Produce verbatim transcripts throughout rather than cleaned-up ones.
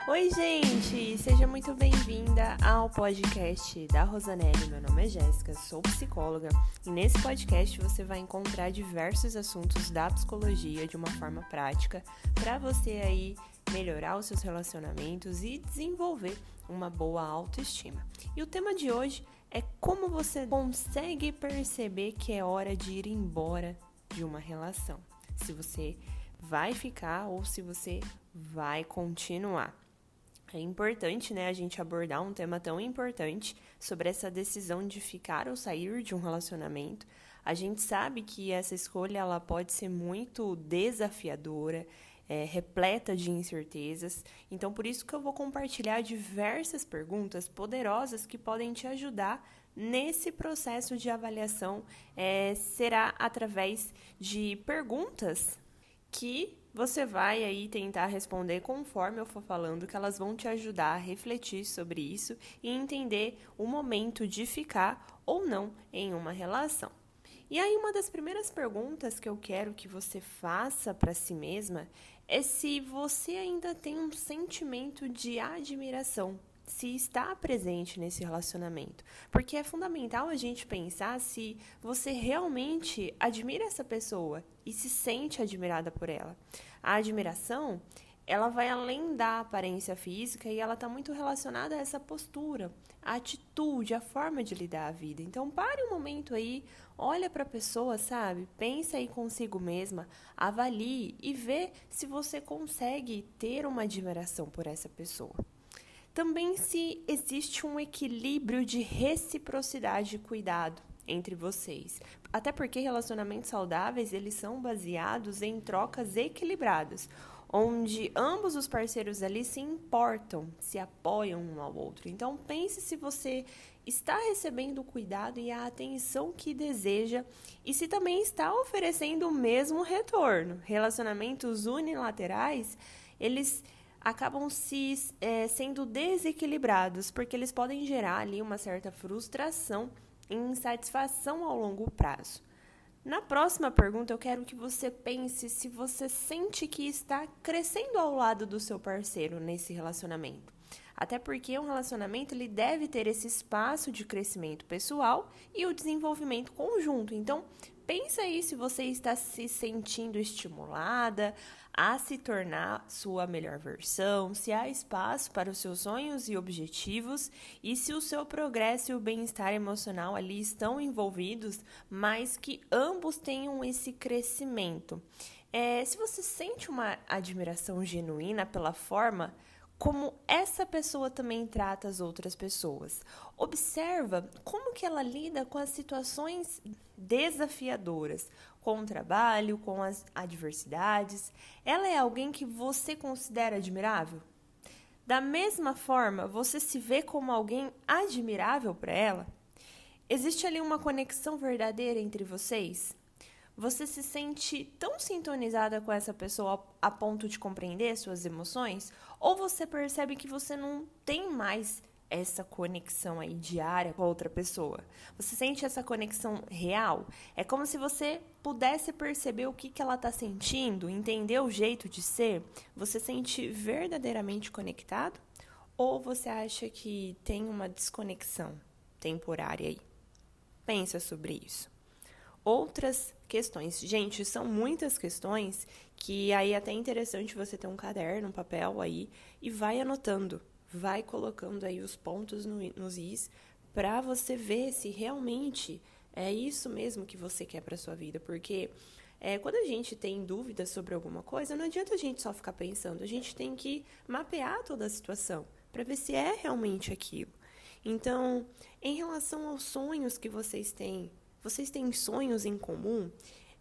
Oi, gente! Seja muito bem-vinda ao podcast da Rosanelli. Meu nome é Jéssica, sou psicóloga e nesse podcast você vai encontrar diversos assuntos da psicologia de uma forma prática para você aí melhorar os seus relacionamentos e desenvolver uma boa autoestima. E o tema de hoje é como você consegue perceber que é hora de ir embora de uma relação. Se você vai ficar ou se você vai continuar. É importante, né, a gente abordar um tema tão importante sobre essa decisão de ficar ou sair de um relacionamento. A gente sabe que essa escolha ela pode ser muito desafiadora, é, repleta de incertezas. Então, por isso que eu vou compartilhar diversas perguntas poderosas que podem te ajudar nesse processo de avaliação. É, será através de perguntas que você vai aí tentar responder conforme eu for falando, que elas vão te ajudar a refletir sobre isso e entender o momento de ficar ou não em uma relação. E aí, uma das primeiras perguntas que eu quero que você faça para si mesma é se você ainda tem um sentimento de admiração, se está presente nesse relacionamento. Porque é fundamental a gente pensar se você realmente admira essa pessoa e se sente admirada por ela. A admiração, ela vai além da aparência física e ela está muito relacionada a essa postura, a atitude, a forma de lidar a vida. Então, pare um momento aí, olha para a pessoa, sabe? Pensa aí consigo mesma, avalie e vê se você consegue ter uma admiração por essa pessoa. Também se existe um equilíbrio de reciprocidade e cuidado entre vocês. Até porque relacionamentos saudáveis, eles são baseados em trocas equilibradas, onde ambos os parceiros ali se importam, se apoiam um ao outro. Então, pense se você está recebendo o cuidado e a atenção que deseja e se também está oferecendo o mesmo retorno. Relacionamentos unilaterais, eles acabam se é, sendo desequilibrados, porque eles podem gerar ali uma certa frustração e insatisfação ao longo prazo. Na próxima pergunta, eu quero que você pense se você sente que está crescendo ao lado do seu parceiro nesse relacionamento. Até porque um relacionamento ele deve ter esse espaço de crescimento pessoal e o desenvolvimento conjunto. Então, pensa aí se você está se sentindo estimulada a se tornar sua melhor versão, se há espaço para os seus sonhos e objetivos e se o seu progresso e o bem-estar emocional ali estão envolvidos, mas que ambos tenham esse crescimento. É, se você sente uma admiração genuína pela forma como essa pessoa também trata as outras pessoas. Observa como que ela lida com as situações desafiadoras, com o trabalho, com as adversidades. Ela é alguém que você considera admirável? Da mesma forma, você se vê como alguém admirável para ela? Existe ali uma conexão verdadeira entre vocês? Você se sente tão sintonizada com essa pessoa a ponto de compreender suas emoções? Ou você percebe que você não tem mais essa conexão aí diária com a outra pessoa? Você sente essa conexão real? É como se você pudesse perceber o que, que ela está sentindo, entender o jeito de ser? Você sente verdadeiramente conectado? Ou você acha que tem uma desconexão temporária aí? Pensa sobre isso. Outras questões. Gente, são muitas questões que aí é até interessante você ter um caderno, um papel aí e vai anotando, vai colocando aí os pontos no, nos is para você ver se realmente é isso mesmo que você quer para sua vida, porque é, quando a gente tem dúvidas sobre alguma coisa, não adianta a gente só ficar pensando, a gente tem que mapear toda a situação para ver se é realmente aquilo. Então, em relação aos sonhos que vocês têm, vocês têm sonhos em comum,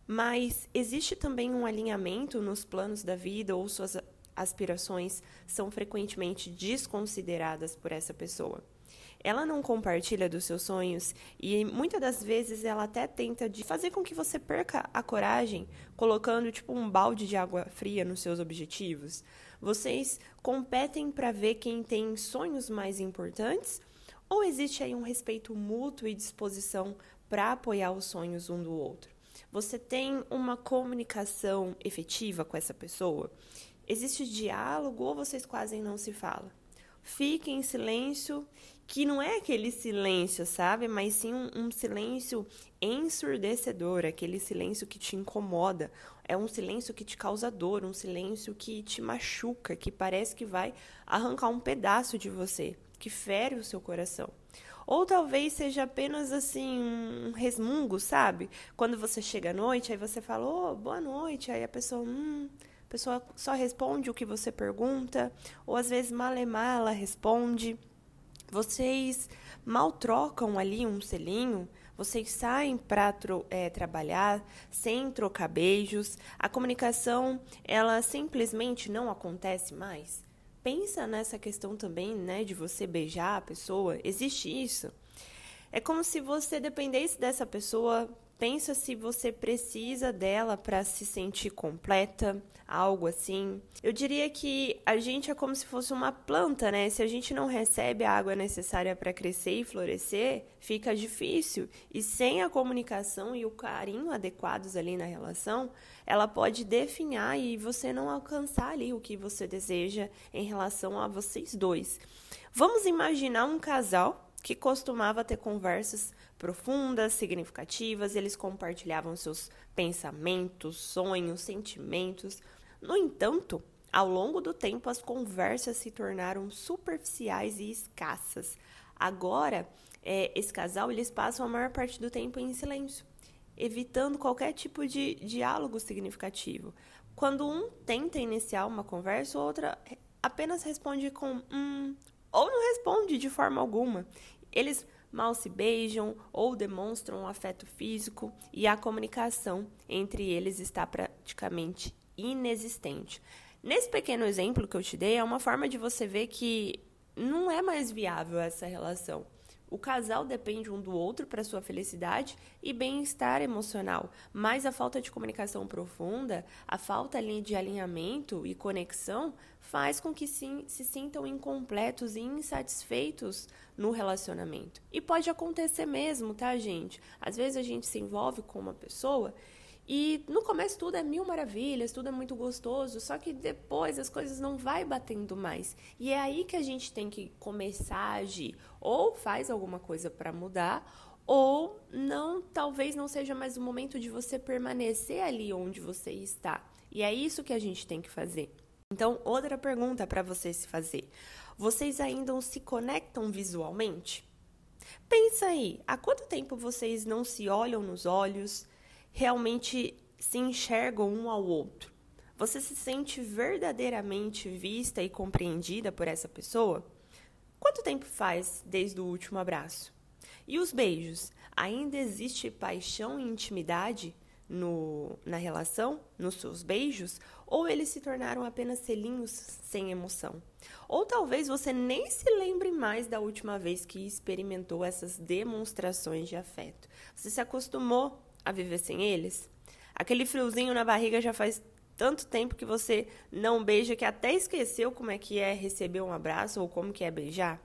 mas existe também um alinhamento nos planos da vida ou suas aspirações são frequentemente desconsideradas por essa pessoa. Ela não compartilha dos seus sonhos e muitas das vezes ela até tenta de fazer com que você perca a coragem, colocando tipo um balde de água fria nos seus objetivos. Vocês competem para ver quem tem sonhos mais importantes ou existe aí um respeito mútuo e disposição para apoiar os sonhos um do outro? Você tem uma comunicação efetiva com essa pessoa? Existe diálogo ou vocês quase não se falam? Fique em silêncio, que não é aquele silêncio, sabe? Mas sim um, um silêncio ensurdecedor, aquele silêncio que te incomoda. É um silêncio que te causa dor, um silêncio que te machuca, que parece que vai arrancar um pedaço de você, que fere o seu coração. Ou talvez seja apenas assim um resmungo, sabe? Quando você chega à noite, aí você fala, oh, boa noite, aí a pessoa, hum... A pessoa só responde o que você pergunta, ou às vezes malemar ela responde. Vocês mal trocam ali um selinho, vocês saem para é, trabalhar sem trocar beijos, a comunicação ela simplesmente não acontece mais. Pensa nessa questão também, né, de você beijar a pessoa, existe isso. É como se você dependesse dessa pessoa. Pensa se você precisa dela para se sentir completa, algo assim. Eu diria que a gente é como se fosse uma planta, né? Se a gente não recebe a água necessária para crescer e florescer, fica difícil. E sem a comunicação e o carinho adequados ali na relação, ela pode definhar e você não alcançar ali o que você deseja em relação a vocês dois. Vamos imaginar um casal que costumava ter conversas profundas, significativas, eles compartilhavam seus pensamentos, sonhos, sentimentos. No entanto, ao longo do tempo, as conversas se tornaram superficiais e escassas. Agora, é, esse casal, eles passam a maior parte do tempo em silêncio, evitando qualquer tipo de diálogo significativo. Quando um tenta iniciar uma conversa, o outro apenas responde com hum, ou não responde de forma alguma. Eles mal se beijam ou demonstram um afeto físico e a comunicação entre eles está praticamente inexistente. Nesse pequeno exemplo que eu te dei, é uma forma de você ver que não é mais viável essa relação. O casal depende um do outro para sua felicidade e bem-estar emocional, mas a falta de comunicação profunda, a falta de alinhamento e conexão faz com que se, se sintam incompletos e insatisfeitos no relacionamento. E pode acontecer mesmo, tá, gente? Às vezes a gente se envolve com uma pessoa e no começo tudo é mil maravilhas, tudo é muito gostoso, só que depois as coisas não vai batendo mais. E é aí que a gente tem que começar a agir. Ou faz alguma coisa para mudar, ou não, talvez não seja mais o momento de você permanecer ali onde você está. E é isso que a gente tem que fazer. Então, outra pergunta para você se fazer. Vocês ainda se conectam visualmente? Pensa aí, há quanto tempo vocês não se olham nos olhos, realmente se enxergam um ao outro? Você se sente verdadeiramente vista e compreendida por essa pessoa? Quanto tempo faz desde o último abraço? E os beijos? Ainda existe paixão e intimidade no, na relação, nos seus beijos? Ou eles se tornaram apenas selinhos sem emoção? Ou talvez você nem se lembre mais da última vez que experimentou essas demonstrações de afeto. Você se acostumou a viver sem eles? Aquele friozinho na barriga já faz tanto tempo que você não beija que até esqueceu como é que é receber um abraço ou como que é beijar?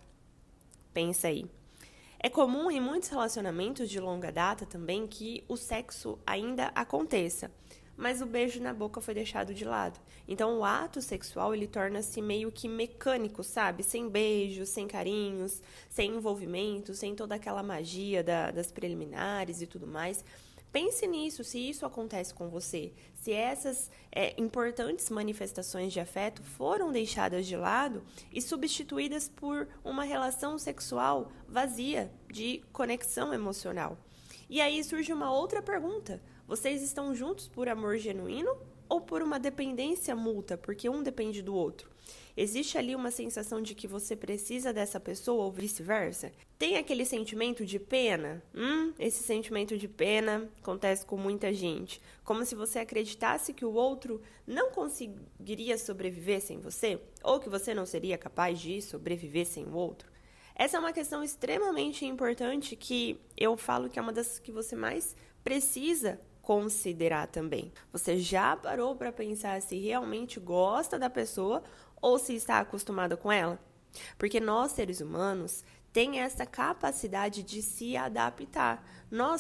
Pensa aí. É comum em muitos relacionamentos de longa data também que o sexo ainda aconteça, mas o beijo na boca foi deixado de lado. Então o ato sexual ele torna-se meio que mecânico, sabe? Sem beijos, sem carinhos, sem envolvimento, sem toda aquela magia da, das preliminares e tudo mais. Pense nisso, se isso acontece com você, se essas é, importantes manifestações de afeto foram deixadas de lado e substituídas por uma relação sexual vazia de conexão emocional. E aí surge uma outra pergunta: vocês estão juntos por amor genuíno ou por uma dependência mútua, porque um depende do outro? Existe ali uma sensação de que você precisa dessa pessoa ou vice-versa? Tem aquele sentimento de pena? Hum, esse sentimento de pena acontece com muita gente. Como se você acreditasse que o outro não conseguiria sobreviver sem você? Ou que você não seria capaz de sobreviver sem o outro? Essa é uma questão extremamente importante que eu falo que é uma das que você mais precisa considerar também. Você já parou para pensar se realmente gosta da pessoa ou se está acostumado com ela? Porque nós, seres humanos, tem essa capacidade de se adaptar. Nós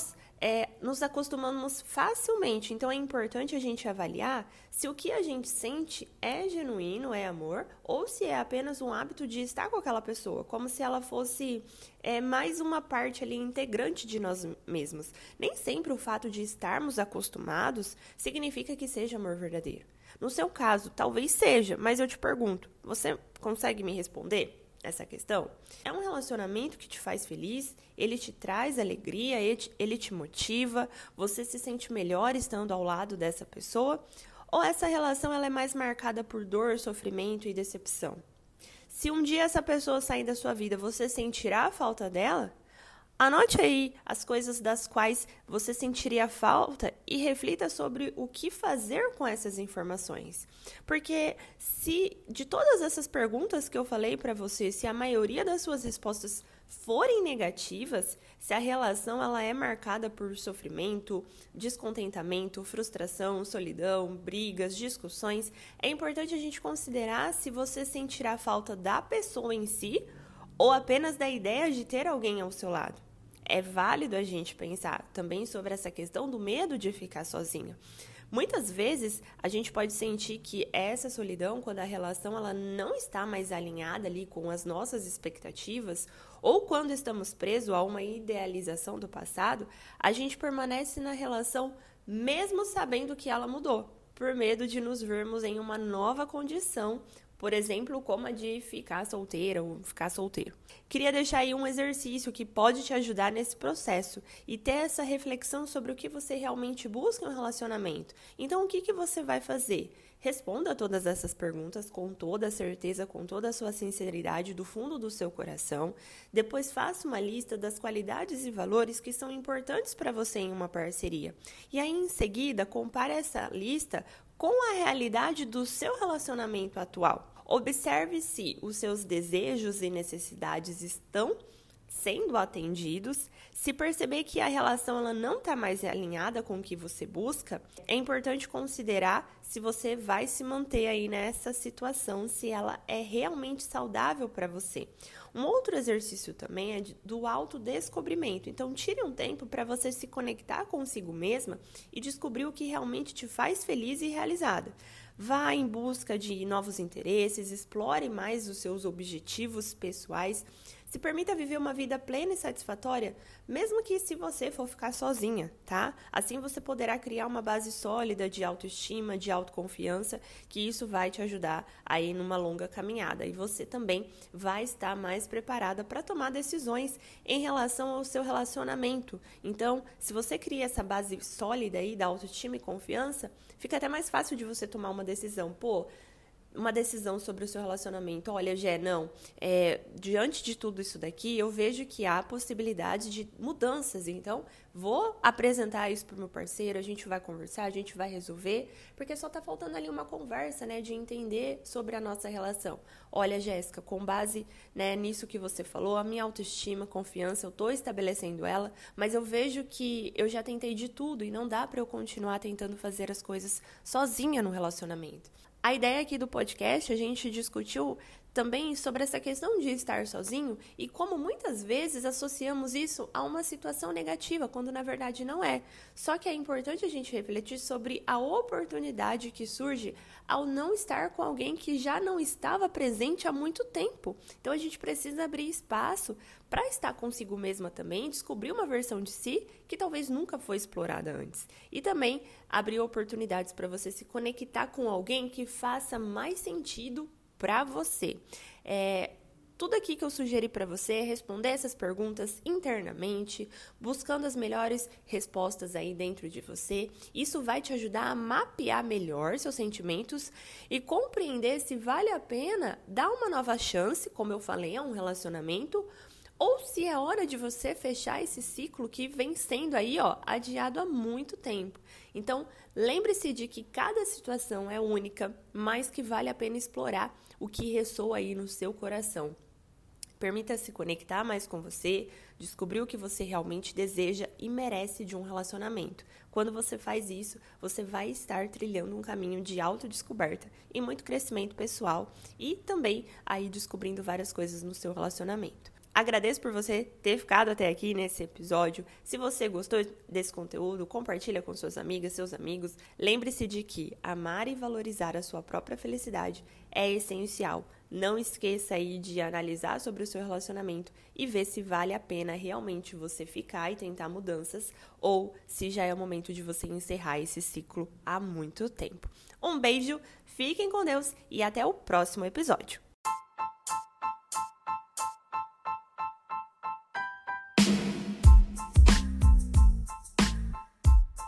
é, nos acostumamos facilmente. Então, é importante a gente avaliar se o que a gente sente é genuíno, é amor, ou se é apenas um hábito de estar com aquela pessoa, como se ela fosse é, mais uma parte ali integrante de nós mesmos. Nem sempre o fato de estarmos acostumados significa que seja amor verdadeiro. No seu caso, talvez seja, mas eu te pergunto, você consegue me responder essa questão? É um relacionamento que te faz feliz, ele te traz alegria, ele te, ele te motiva, você se sente melhor estando ao lado dessa pessoa? Ou essa relação ela é mais marcada por dor, sofrimento e decepção? Se um dia essa pessoa sair da sua vida, você sentirá a falta dela? Anote aí as coisas das quais você sentiria falta e reflita sobre o que fazer com essas informações. Porque se de todas essas perguntas que eu falei para você, se a maioria das suas respostas forem negativas, se a relação ela é marcada por sofrimento, descontentamento, frustração, solidão, brigas, discussões, é importante a gente considerar se você sentirá falta da pessoa em si ou apenas da ideia de ter alguém ao seu lado. É válido a gente pensar também sobre essa questão do medo de ficar sozinho. Muitas vezes a gente pode sentir que essa solidão, quando a relação ela não está mais alinhada ali com as nossas expectativas, ou quando estamos presos a uma idealização do passado, a gente permanece na relação mesmo sabendo que ela mudou, por medo de nos vermos em uma nova condição, por exemplo, como a de ficar solteira ou ficar solteiro. Queria deixar aí um exercício que pode te ajudar nesse processo e ter essa reflexão sobre o que você realmente busca em um relacionamento. Então, o que, que você vai fazer? Responda todas essas perguntas com toda a certeza, com toda a sua sinceridade do fundo do seu coração. Depois faça uma lista das qualidades e valores que são importantes para você em uma parceria. E aí, em seguida, compare essa lista com a realidade do seu relacionamento atual. Observe se os seus desejos e necessidades estão sendo atendidos. Se perceber que a relação ela não está mais alinhada com o que você busca, é importante considerar se você vai se manter aí nessa situação, se ela é realmente saudável para você. Um outro exercício também é de, do autodescobrimento. Então, tire um tempo para você se conectar consigo mesma e descobrir o que realmente te faz feliz e realizada. Vá em busca de novos interesses, explore mais os seus objetivos pessoais, se permita viver uma vida plena e satisfatória, mesmo que se você for ficar sozinha, tá? Assim você poderá criar uma base sólida de autoestima, de autoconfiança, que isso vai te ajudar aí numa longa caminhada. E você também vai estar mais preparada para tomar decisões em relação ao seu relacionamento. Então, se você cria essa base sólida aí da autoestima e confiança, fica até mais fácil de você tomar uma decisão. Pô, uma decisão sobre o seu relacionamento. Olha, Gé, não, é, diante de tudo isso daqui, eu vejo que há possibilidade de mudanças, então vou apresentar isso para o meu parceiro, a gente vai conversar, a gente vai resolver, porque só tá faltando ali uma conversa, né, de entender sobre a nossa relação. Olha, Jéssica, com base, né, nisso que você falou, a minha autoestima, confiança, eu tô estabelecendo ela, mas eu vejo que eu já tentei de tudo e não dá para eu continuar tentando fazer as coisas sozinha no relacionamento. A ideia aqui do podcast, a gente discutiu também sobre essa questão de estar sozinho e como muitas vezes associamos isso a uma situação negativa, quando na verdade não é. Só que é importante a gente refletir sobre a oportunidade que surge ao não estar com alguém que já não estava presente há muito tempo. Então a gente precisa abrir espaço para estar consigo mesma também, descobrir uma versão de si que talvez nunca foi explorada antes. E também abrir oportunidades para você se conectar com alguém que faça mais sentido para você. É, tudo aqui que eu sugeri para você é responder essas perguntas internamente, buscando as melhores respostas aí dentro de você. Isso vai te ajudar a mapear melhor seus sentimentos e compreender se vale a pena dar uma nova chance, como eu falei, a um relacionamento, ou se é hora de você fechar esse ciclo que vem sendo aí, ó, adiado há muito tempo. Então, lembre-se de que cada situação é única, mas que vale a pena explorar o que ressoa aí no seu coração. Permita-se conectar mais com você, descobrir o que você realmente deseja e merece de um relacionamento. Quando você faz isso, você vai estar trilhando um caminho de autodescoberta e muito crescimento pessoal e também aí descobrindo várias coisas no seu relacionamento. Agradeço por você ter ficado até aqui nesse episódio. Se você gostou desse conteúdo, compartilha com suas amigas, seus amigos. Lembre-se de que amar e valorizar a sua própria felicidade é essencial. Não esqueça aí de analisar sobre o seu relacionamento e ver se vale a pena realmente você ficar e tentar mudanças ou se já é o momento de você encerrar esse ciclo há muito tempo. Um beijo, fiquem com Deus e até o próximo episódio.